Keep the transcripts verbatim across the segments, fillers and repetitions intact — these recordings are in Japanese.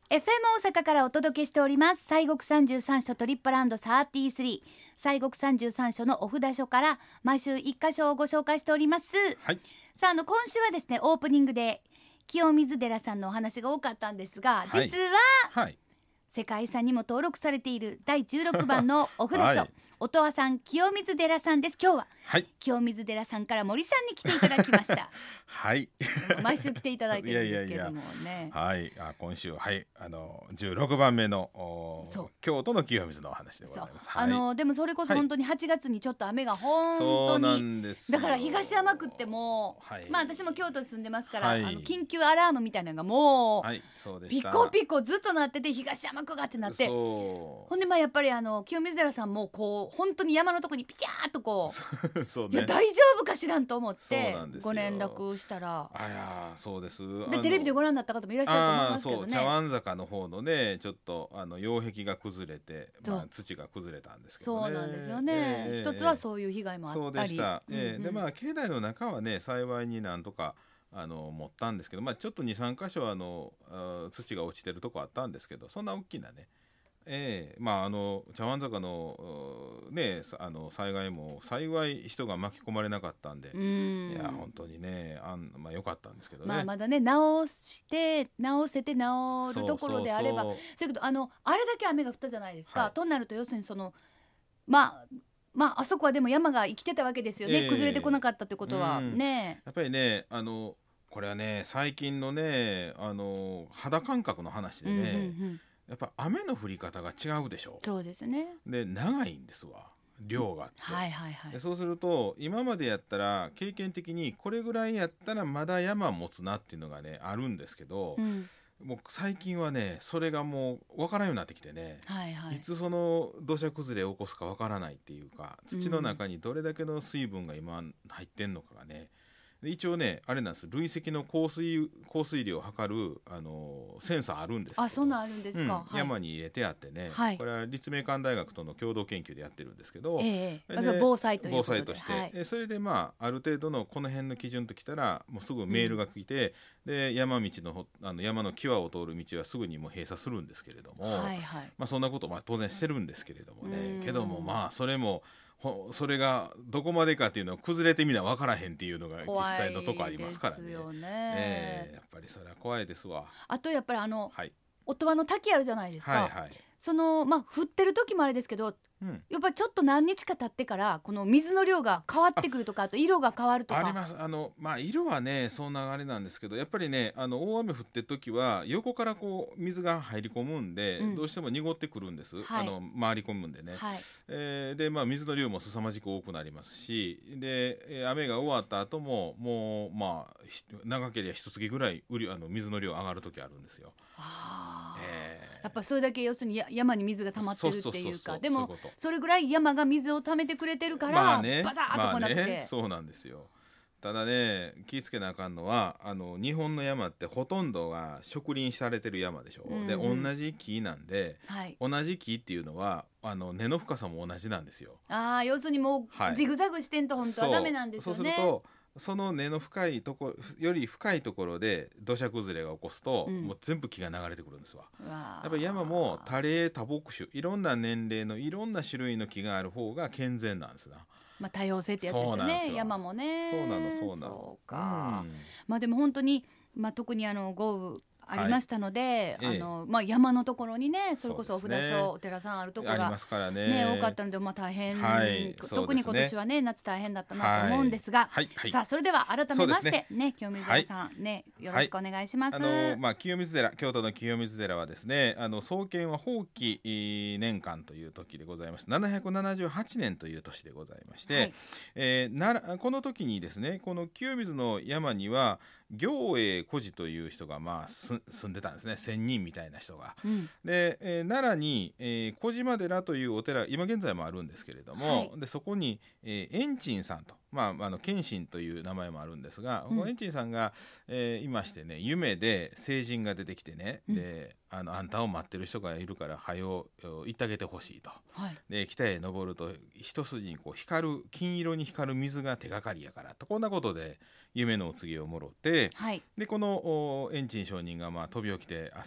エフエム 大阪からお届けしております西国三十三所トリップランドさんじゅうさん西国三十三所のお札所から毎週一箇所をご紹介しております、 はい、 さあ、あの今週はですねオープニングで清水寺さんのお話が多かったんですが、 はい実は、 はい、 世界遺産にも登録されているだいじゅうろくばんのお札所、 はい、 音羽さん清水寺さんです。今日は、 はい、 清水寺さんから森さんに来ていただきましたはい毎週来ていただいてるんですけどもね。 いやいやいやはい、あ今週はいあのじゅうろくばんめの京都の清水のお話でございます。 はい、あのでもそれこそ本当にはちがつにちょっと雨が本当に、 そうなんですだから東山区ってもう、 はい、 まあ私も京都に住んでますから、 はい、 あの緊急アラームみたいなのがもう、 はい、そうでピしたコピコずっとなってて東山区がってなって、 そうほんでまあやっぱりあの清水寺さんもこう本当に山のとこにピキャーっとこうそうね、 いや大丈夫かしらんと思ってご連絡したら、 あやそうですでテレビでご覧になった方もいらっしゃると思いますけどね。 そう茶碗坂の方のねちょっとあの擁壁が崩れて、まあ、土が崩れたんですけどね。 そうなんですよね、えー、一つはそういう被害もあったり、 そうでした、 うんうん、 えー、でまあ境内の中はね幸いになんとかあの持ったんですけど、まあ、ちょっと にさんかしょあのあ土が落ちてるとこあったんですけど、そんな大きなねえー、まああの茶碗坂のねあの災害も幸い人が巻き込まれなかったんで、 うんいや本当にねあん、まあ、良かったんですけどね。 まあ、まだね直して直せて直るところであれば、そうそうけどあのあれだけ雨が降ったじゃないですか、はい、となると要するにそのまあまああそこはでも山が生きてたわけですよね、えー、崩れてこなかったってことはね。 やっぱりねあのこれはね最近のねあの肌感覚の話でね、うんうんうん、やっぱ雨の降り方が違うでしょ。 そうですね。 で長いんですわ量があって、 はいはいはい、 でそうすると今までやったら経験的にこれぐらいやったらまだ山持つなっていうのがねあるんですけど、うん、もう最近はねそれがもう分からんようになってきてね、はいはい、いつその土砂崩れを起こすか分からないっていうか、土の中にどれだけの水分が今入ってんのかがね、で一応ねあれなんです、累積の降水降水量を測るあのセンサーあるんですけど、 あそんなんあるんですか、うんはい、山に入れてあってね、はい、これは立命館大学との共同研究でやってるんですけど、 えー、まず防災ということで防災として、はい、それでまあある程度のこの辺の基準ときたらもうすぐメールが来て、うん、で山道のあの山の際を通る道はすぐにもう閉鎖するんですけれども、はいはい、まあ、そんなことまあ当然してるんですけれどもね、けどもまあそれもそれがどこまでかっていうのは崩れてみな分からへんっていうのが実際のとこありますからね。 怖いですよね、 えー、やっぱりそれは怖いですわ。 あとやっぱりあの、 はい、 音羽の滝あるじゃないですか、 はいはい、 そのまあ降ってる時もあれですけど、うん、やっぱりちょっと何日か経ってからこの水の量が変わってくるとか、 あ, あと色が変わるとかあります。あの、まあ、色はねそんなあれなんですけど、やっぱりねあの大雨降ってる時は横からこう水が入り込むんで、うん、どうしても濁ってくるんです、はい、あの回り込むんでね、はい、えー、で、まあ、水の量も凄まじく多くなりますし、で雨が終わった後ももうまあ長ければ一月ぐらいあの水の量上がる時あるんですよ。 あ、えー、やっぱそれだけ要するに山に水が溜まってるっていうか、 そうそうそうそう、 でもそ, それぐらい山が水を溜めてくれてるから、まあね、バザーッとこなくて、まあね、 そうなんですよ。ただね気ぃつけなあかんのはあの日本の山ってほとんどが植林されてる山でしょ、うんうん、で同じ木なんで、はい、同じ木っていうのはあの根の深さも同じなんですよ。 あ、要するにもうジグザグしてんと本当はダメなんですよね。 そう、そうするとその根の深いとこより深いところで土砂崩れが起こすと、うん、もう全部木が流れてくるんですわ。やっぱり山も多齢多木種、いろんな年齢のいろんな種類の木がある方が健全なんですな。 まあ、多様性ってやつですよね、山もね。 そうなのそうなの。 そうか、うん、まあでも本当に、まあ、特にあの豪雨ありましたので、はい、あのまあ、山のところにねそれこそお札所、ね、お寺さんあるところが、 ありますからね、 ね、多かったので、まあ、大変、はい、特に今年はね夏大変だったなと思うんですが、 はいはい、 さあそれでは改めまして、ねね、清水寺さん、ね、よろしくお願いします。 はい、あのまあ、清水寺京都の清水寺はですねあの創建は法紀年間という時でございまして、ななひゃくななじゅうはちねんという年でございまして、はい、えー、なこの時にですねこの清水の山には行栄孤児という人がまあ住んでたんですね、仙人みたいな人が、うん、で、えー、奈良に、えー、小島寺というお寺今現在もあるんですけれども、はい、でそこに、えー、円珍さんと、まあ、あの謙信という名前もあるんですが、うん、円珍さんが、えー、いましてね、夢で聖人が出てきてね、うん、であのあんたを待ってる人がいるから早う行ってあげてほしいと、はい、で北へ登ると一筋にこう光る金色に光る水が手がかりやからと、こんなことで夢のお告げをもろって、はい、でこの円珍上人がまあ飛び起きて朝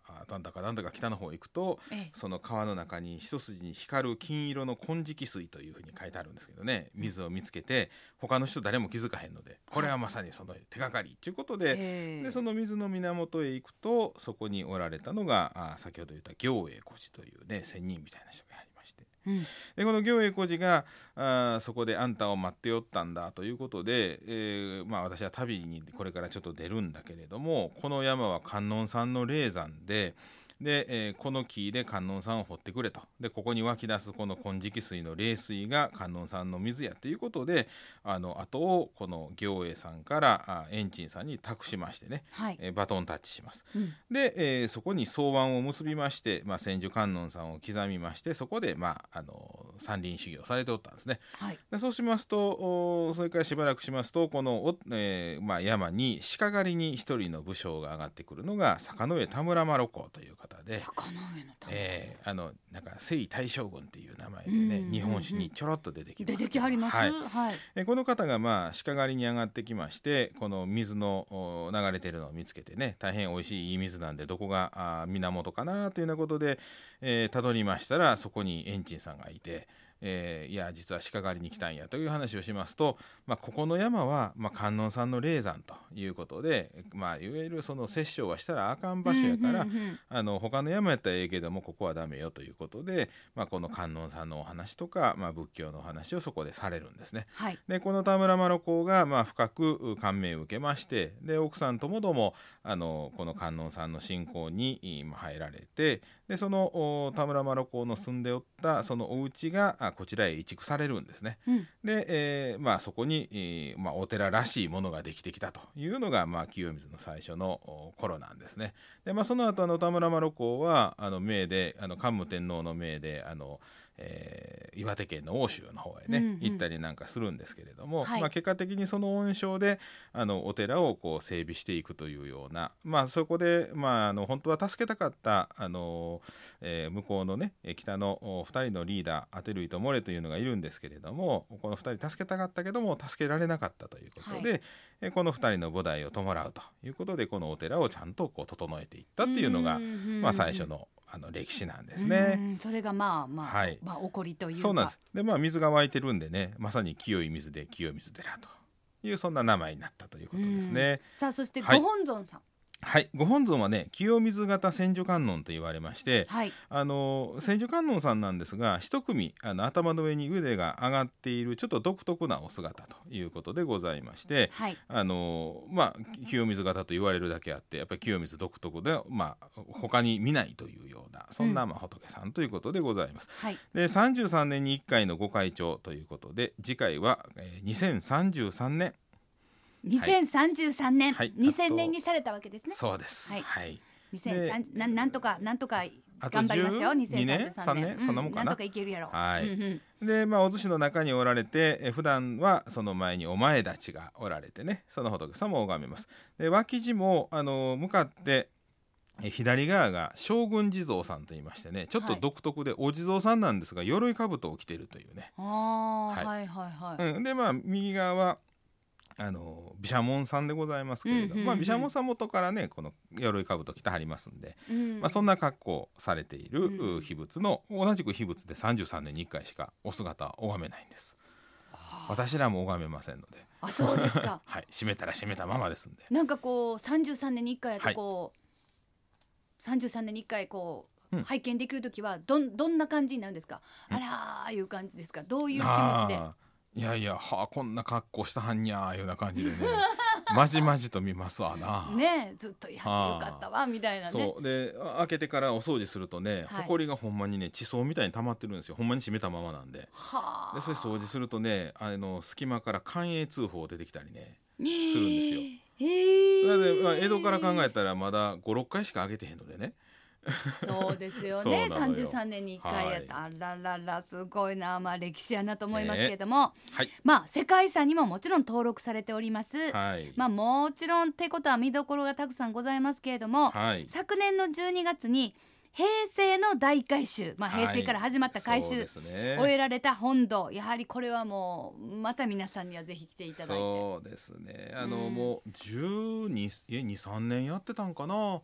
なんだかなんだか北の方行くと、 ええ、 その川の中に一筋に光る金色の金色水というふうに書いてあるんですけどね、水を見つけて他の人誰も気づかへんので、これはまさにその手がかりということで、 ええ、 でその水の源へ行くとそこにおられたのがあ先ほど言った行栄孤児というね仙人みたいな人がありまして、 うん、 でこの行栄孤児があそこであんたを待っておったんだということで、えーまあ、私は旅にこれからちょっと出るんだけれども、この山は観音さんの霊山でで、えーこの木で観音さんを掘ってくれと、でここに湧き出すこの金色水の霊水が観音さんの水やということで、あの後をこの行栄さんからあ円珍さんに託しましてね、 はい、 えーバトンタッチします。 うん、 で、えーそこに草案を結びまして、まあ、千手観音さんを刻みまして、そこで、まあ、あの山林修行されておったんですね。 はい、 でそうしますと、おそれからしばらくしますと、このお、えーまあ、山に鹿狩りに一人の武将が上がってくるのが坂上田村麻呂公という方で、 坂の上の田村、 えーあのなんか征夷大将軍っていう名前でね、 うん、 日本史にちょろっと出てきます。 出てきはります、 ははいい、 えこの方がまあ鹿狩りに上がってきまして、この水のお流れているのを見つけてね、大変おいしいいい水なんでどこがあ源かなというようなことで、えー、たどりましたら、そこに円珍さんがいて、えーいや実は鹿狩りに来たんやという話をしますと、まあ、ここの山は、まあ、観音さんの霊山ということで、まあ、いわゆるその殺生はしたらあかん場所やから、 うんうんうん、 あの他の山やったらええけどもここはダメよということで、まあ、この観音さんのお話とか、まあ、仏教のお話をそこでされるんですね。 はい、 でこの田村麻呂公が、まあ、深く感銘を受けまして、で奥さんともどもあのこの観音さんの信仰にまあ入られて、でそのお田村麻呂公の住んでおったそのお家があこちらへ移築されるんですね。 うん、 で、えーまあ、そこに、えーまあ、お寺らしいものができてきたというのが、まあ、清水の最初のお頃なんですね。で、まあ、その後あの田村麻呂公はあの命であの桓武天皇の命であのえー岩手県の奥州の方へね、 うんうん、 行ったりなんかするんですけれども、 はい、 まあ、結果的にその恩賞であのお寺をこう整備していくというような、まあ、そこで、まあ、あの本当は助けたかったあの、えー向こうのね北のふたりのリーダーアテルイとモレというのがいるんですけれども、このふたり助けたかったけども助けられなかったということで、 はい、 えこのふたりの菩提を弔うということで、このお寺をちゃんとこう整えていったっていうのが、 うんうんうん、 まあ、最初のあの歴史なんですね。 うん、それがまあまあ、 はい、 まあ起こりというか、 そうなんです。でまあ水が湧いてるんでね、まさに清い水で清水寺というそんな名前になったということですね。 さあそしてはいご本尊さん、 はい、ご本尊はね清水型千手観音と言われまして、 はい、 あの千手観音さんなんですが、一組あの頭の上に腕が上がっているちょっと独特なお姿ということでございまして、 はい、 あのまあ清水型と言われるだけあって、やっぱり清水独特で、まあ、他に見ないというようなそんな、まあ、仏さんということでございます。 はい、 でさんじゅうさんねんにいっかいのご開帳ということで、次回は、えーにせんさんじゅうさんねん、 にせんさんじゅうさんねん、 はい、 にせんねんにされたわけですね。 そうです、 はいはい、 にせんさんじゅう な, なんとかなんとかあと頑張りますよ。 じゅうにねんにせんさんじゅうさんねん、 さんねんそんなもんかな、 なんとかいけるやろ。 はい、 うんうん、 でまあお寿司の中におられて、え普段はその前にお前たちがおられてね、その仏様を拝めます。で脇地もあの向かってえ左側が将軍地蔵さんといいましてね、ちょっと独特で、はい、お地蔵さんなんですが鎧兜を着ているというね。 あ、はい、はいはいはい、 うん、でまあ右側はあの毘沙門さんでございますけれども、うんうんうん、まあ、毘沙門さん元からねこの鎧兜着てはりますんで、うん、まあ、そんな格好をされている秘仏の、うん、同じく秘仏でさんじゅうさんねんにいっかいしかお姿は拝めないんです。私らも拝めませんので。 あ、そうですかはい、閉めたら閉めたままですんで。 なんかこうさんじゅうさんねんにいっかいやとこう、はい、さんじゅうさんねんにいっかいこう、うん、拝見できるときはどん、どんな感じになるんですか、うん、あらーいう感じですか、どういう気持ちで。 いやいや、はあ、こんな格好したはんにゃーいうような感じでねまじまじと見ますわな。 ねえ、ずっとやってよかったわみたいなね。 そうで開けてからお掃除するとね、 はい、 ほこりがほんまにね地層みたいに溜まってるんですよ。ほんまに閉めたままなんで。 はあ、 でそれ掃除するとね、あの隙間から官営通報出てきたりね、 えー、 するんですよ。 えー、 なので、まあ、江戸から考えたらまだご、ろっかいしか開けてへんのでねそうですよねさんじゅうさんねんにいっかいやった、はい、あらららすごいな、まあ、歴史やなと思いますけれども、ね、はい、まあ、世界遺産にももちろん登録されております、はい、まあ、もちろんってことは見どころがたくさんございますけれども、はい、昨年のじゅうにがつに平成の大改修、まあ、平成から始まった改修、はい、ね、終えられた本堂、やはりこれはもうまた皆さんにはぜひ来ていただいて。 そうですね、あの、うん、もうじゅうに、さんねんやってたんかな、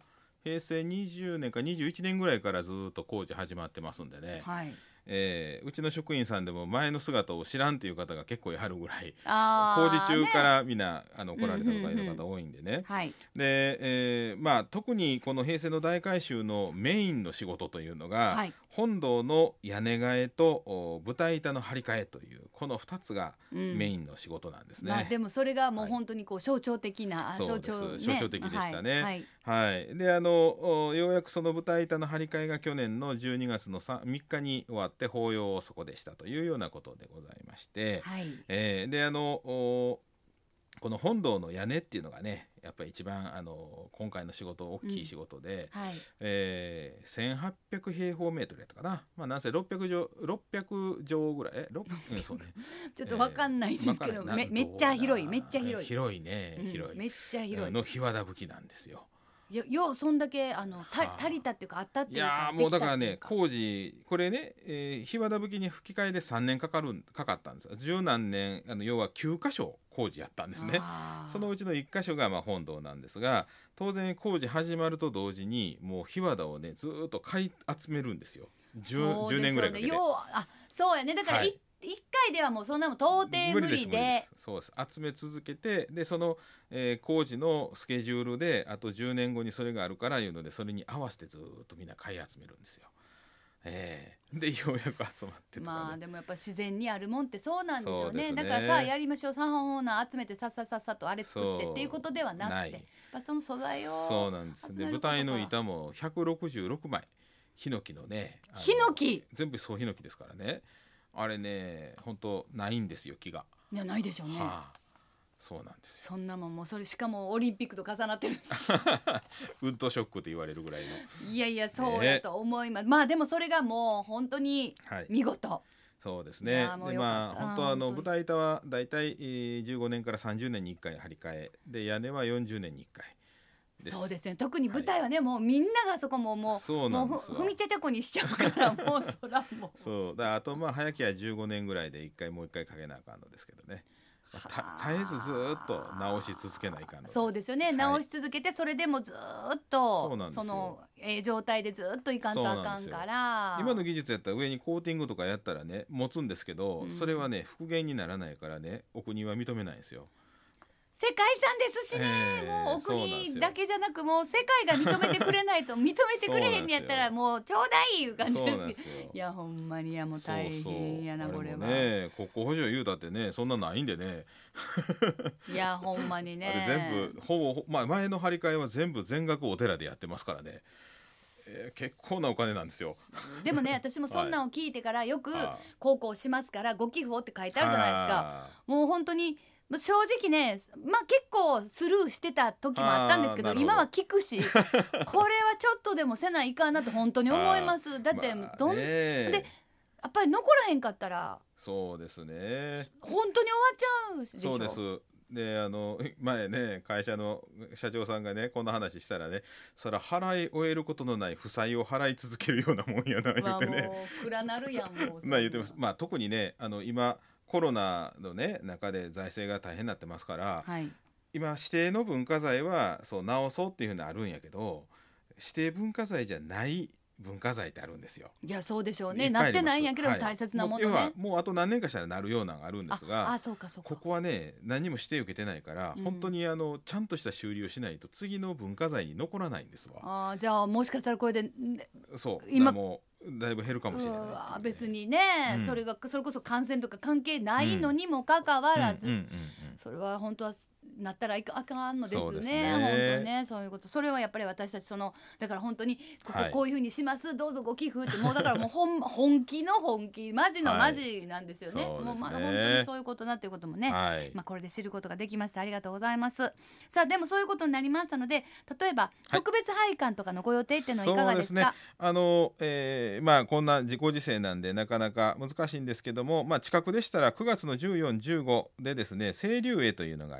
平成にじゅうねんかにじゅういちねんぐらいからずっと工事始まってますんでね、 はい、 えーうちの職員さんでも前の姿を知らんという方が結構いはるぐらい、 あ工事中かね、 らみんなあの来られたとかいう方多いんでね、 はい、 で、えーまあ、特にこの平成の大改修のメインの仕事というのが、 はい、 本堂の屋根替えとお舞台板の張り替えというこのふたつがうんメインの仕事なんですね、 まあ、でもそれがもうはい本当にこう象徴的な、あそうです象徴、ね、 象徴的でしたね、 はいはいであのようやくその舞台板の張り替えが去年のじゅうにがつのみっかに終わって法要をそこでしたというようなことでございまして、 はいえーであのこの本堂の屋根っていうのがねやっぱり一番あの今回の仕事大きい仕事で、 はいえーせんはっぴゃく平方メートルやったかな、まあ、なんせろっぴゃくじょうろっぴゃくじょうぐらいえろうんそうねちょっとわかんないんですけど、 えーわかんないめめっちゃ広いめっちゃ広い、 広いねうん広い、 めっちゃ広いの日和田吹きなんですよ。 よようそんだけあのたはあ足りたっていうかあったっていいうかやーもうだからねできたっていうか工事これね、えー、日和田吹きに吹き替えでさんねんかかるかかったんですよ。十何年あの要はきゅうかしょ工事やったんですね。 あーそのうちのいっかしょがまあ本堂なんですが、当然工事始まると同時にもう日和田をねずーっと買い集めるんですよ。 10, 10 そうでしょうね年ぐらいかけて。 ようあそうやねだから、 はいい一回ではもうそんなもん到底無理で無理です無理ですそうです集め続けてでその、えー工事のスケジュールであとじゅうねんごにそれがあるからいうのでそれに合わせてずーっとみんな買い集めるんですよ。えーでようやく集まってとかね、 まあでもやっぱ自然にあるもんってそうなんですよねそうですねだからさやりましょう三本ホーナー集めてさっさっさっさとあれ作ってそうっていうことではなくないてやっぱその素材をそうなんです。で集めることが舞台の板もひゃくろくじゅうろくまいヒノキのねあのヒノキ全部総ヒノキですからねあれね本当ないんですよ木が、 いやないでしょうね、 はあ、そうなんですよそんなもんもうそれしかもオリンピックと重なってるしウッドショックと言われるぐらいのいやいやそうやと思います、まあでもそれがもう本当にはい見事、 そうですいね。 やもうでよかったまあ本当はあの本当に舞台板はだいたいえーじゅうごねんからさんじゅうねんにいっかい張り替えで屋根はよんじゅうねんにいっかいです。 そうですね特に舞台はね、もうみんながそこももうそうなんもうですわふ踏みちゃちゃこにしちゃうからもうそらもうそうだあとまあ早きはじゅうごねんぐらいでいっかいもういっかいかけなあかんのですけどね、まあた絶えずずーっと直し続けないかんのでそうですよね、 はい直し続けてそれでもずーっそうなんですよとその、えー状態でずーっといかんとあかんから今の技術やったら上にコーティングとかやったらね持つんですけど、 うんそれはね復元にならないからねお国は認めないんですよ。 世界遺産ですしね、 えーもうおそうなんですよ国だけじゃなくもう世界が認めてくれないと認めてくれへんにやったらもうちょうだいいう感じそうなんでけどですすよいやほんまにいやもう大変やなそうそうこれは、 あれもね国交補助言うたってねそんなないんでねいやほんまにねあれ全部ほぼほ、まあ、前の張り替えは全部全額お寺でやってますからね、えー結構なお金なんですよ。 でもね私もそんなんを聞いてからよくあ高校しますからご寄付をって書いてあるじゃないですか。 あもう本当にまあ正直ね、まあ、結構スルーしてた時もあったんですけどあーなるほど今は聞くしこれはちょっとでもせないかんなと本当に思いますだってまあどん、 ねでやっぱり残らへんかったらそうですね本当に終わっちゃうでしょ。 そうですであの前ね会社の社長さんがねこんな話したらねそら払い終えることのない負債を払い続けるようなもんやな言まあってねもう暗なるやんもうまあ言ってます。まあ特にねあの今コロナのね中で財政が大変になってますから、 はい今指定の文化財はそう直そうっていうふうにあるんやけど指定文化財じゃない文化財ってあるんですよ。 いやそうでしょうねいっぱいありますなってないんやけどもはい大切なもの要はね、 もうあと何年かしたらなるようなのがあるんですあがあそうかそうかここはね何も指定受けてないから、 うん本当にあのちゃんとした修理をしないと次の文化財に残らないんですわ。 あーじゃあもしかしたらこれでねそう今だからもうだいぶ減るかもしれないっていうね、 うわ別にね、 うんそれがそれこそ感染とか関係ないのにもかかわらず、 うんうんうんうんそれは本当はなったらいかあかんのですね。 そうですね本当ねそういうことそれはやっぱり私たちそのだから本当にここはいこういうふうにします、どうぞご寄付ってもうだからもうほん本気の本気マジのマジなんですよね。 はいそうですねもうまだ本当にそういうことだっていうこともね、 はいまあ、これで知ることができましたありがとうございます。さあでもそういうことになりましたので例えば特別拝観とかのご予定っていうのはいかがですか。 そうですねあの、えーまあこんな自己犠牲なんでなかなか難しいんですけども、まあ、近くでしたらくがつのじゅうよん、じゅうごでですね清流会というのがありまして、 、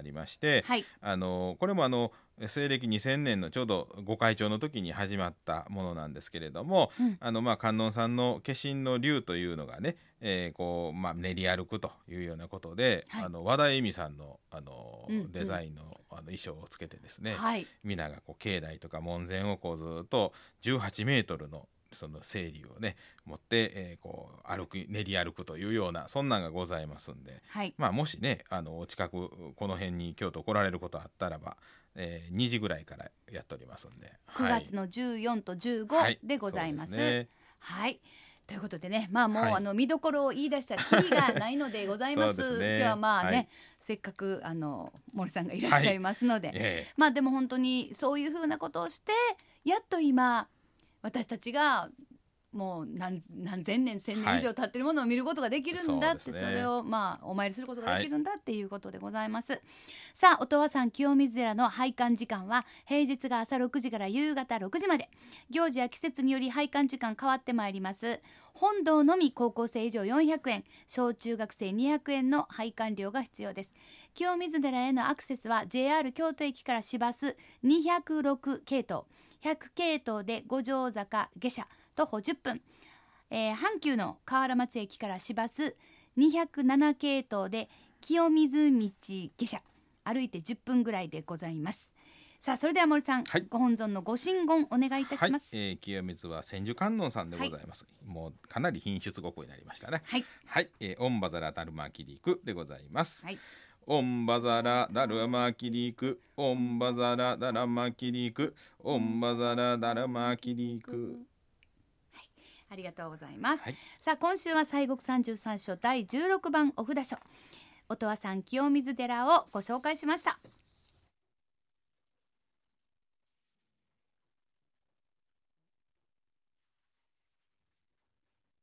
はい、 あのこれもあの西暦にせんねんのちょうどご開帳の時に始まったものなんですけれども、 うん、 あのまあ観音さんの化身の竜というのがね、えーこうまあ、練り歩くというようなことで、 はい、 あの和田恵美さんの、あのうんうん、 デザインの、あの衣装をつけてですね、 はい、 皆がこう境内とか門前をこうずっとじゅうはちメートルのその清流をね持って、えーこう歩く練り歩くというようなそんなんがございますんで、 はい、 まあ、もしねあのお近くこの辺に京都来られることあったらば、えーにじぐらいからやっておりますんで、 くがつのじゅうよっかとじゅうごはいでございます。 そうですね。 はい、ということでね、まあもう、 はいあの見どころを言い出したらキリがないのでございます。 そうですね。 今日はまあね、 はい、 せっかくあの森さんがいらっしゃいますので、 えまあでも本当にそういうふうなことをしてやっと今私たちがもう 何, 何千年千年以上経ってるものを見ることができるんだって、 そうですね。 それをまあお参りすることができるんだっていうことでございます、さあ音羽山清水寺の拝観時間は平日が朝ろくじから夕方ろくじまで、行事や季節により拝観時間変わってまいります。本堂のみ高校生以上よんひゃくえん、小中学生にひゃくえんの拝観料が必要です。清水寺へのアクセスは ジェイアール 京都駅から市バスにひゃくろく系統ひゃく系統で五条坂下車徒歩じゅっぷん、えー、阪急の河原町駅から市バスにひゃくなな系統で清水道下車、歩いてじゅっぷんぐらいでございます。さあそれでは森さん、 はい、 ご本尊のご神言お願いいたします。 はい、えー、清水は千手観音さんでございます、はい、もうかなり品質ごくになりましたね。 はい、 はい、えー、オンバザラダルマキリクでございます。 はい、 オンバザラダルマキリク、オンバザラダラマキリク、オンバザラダラマキリク。 ありがとうございます、 はい、 さあ今週は西国三十三所だいじゅうろくばんお札書音羽山清水寺をご紹介しました。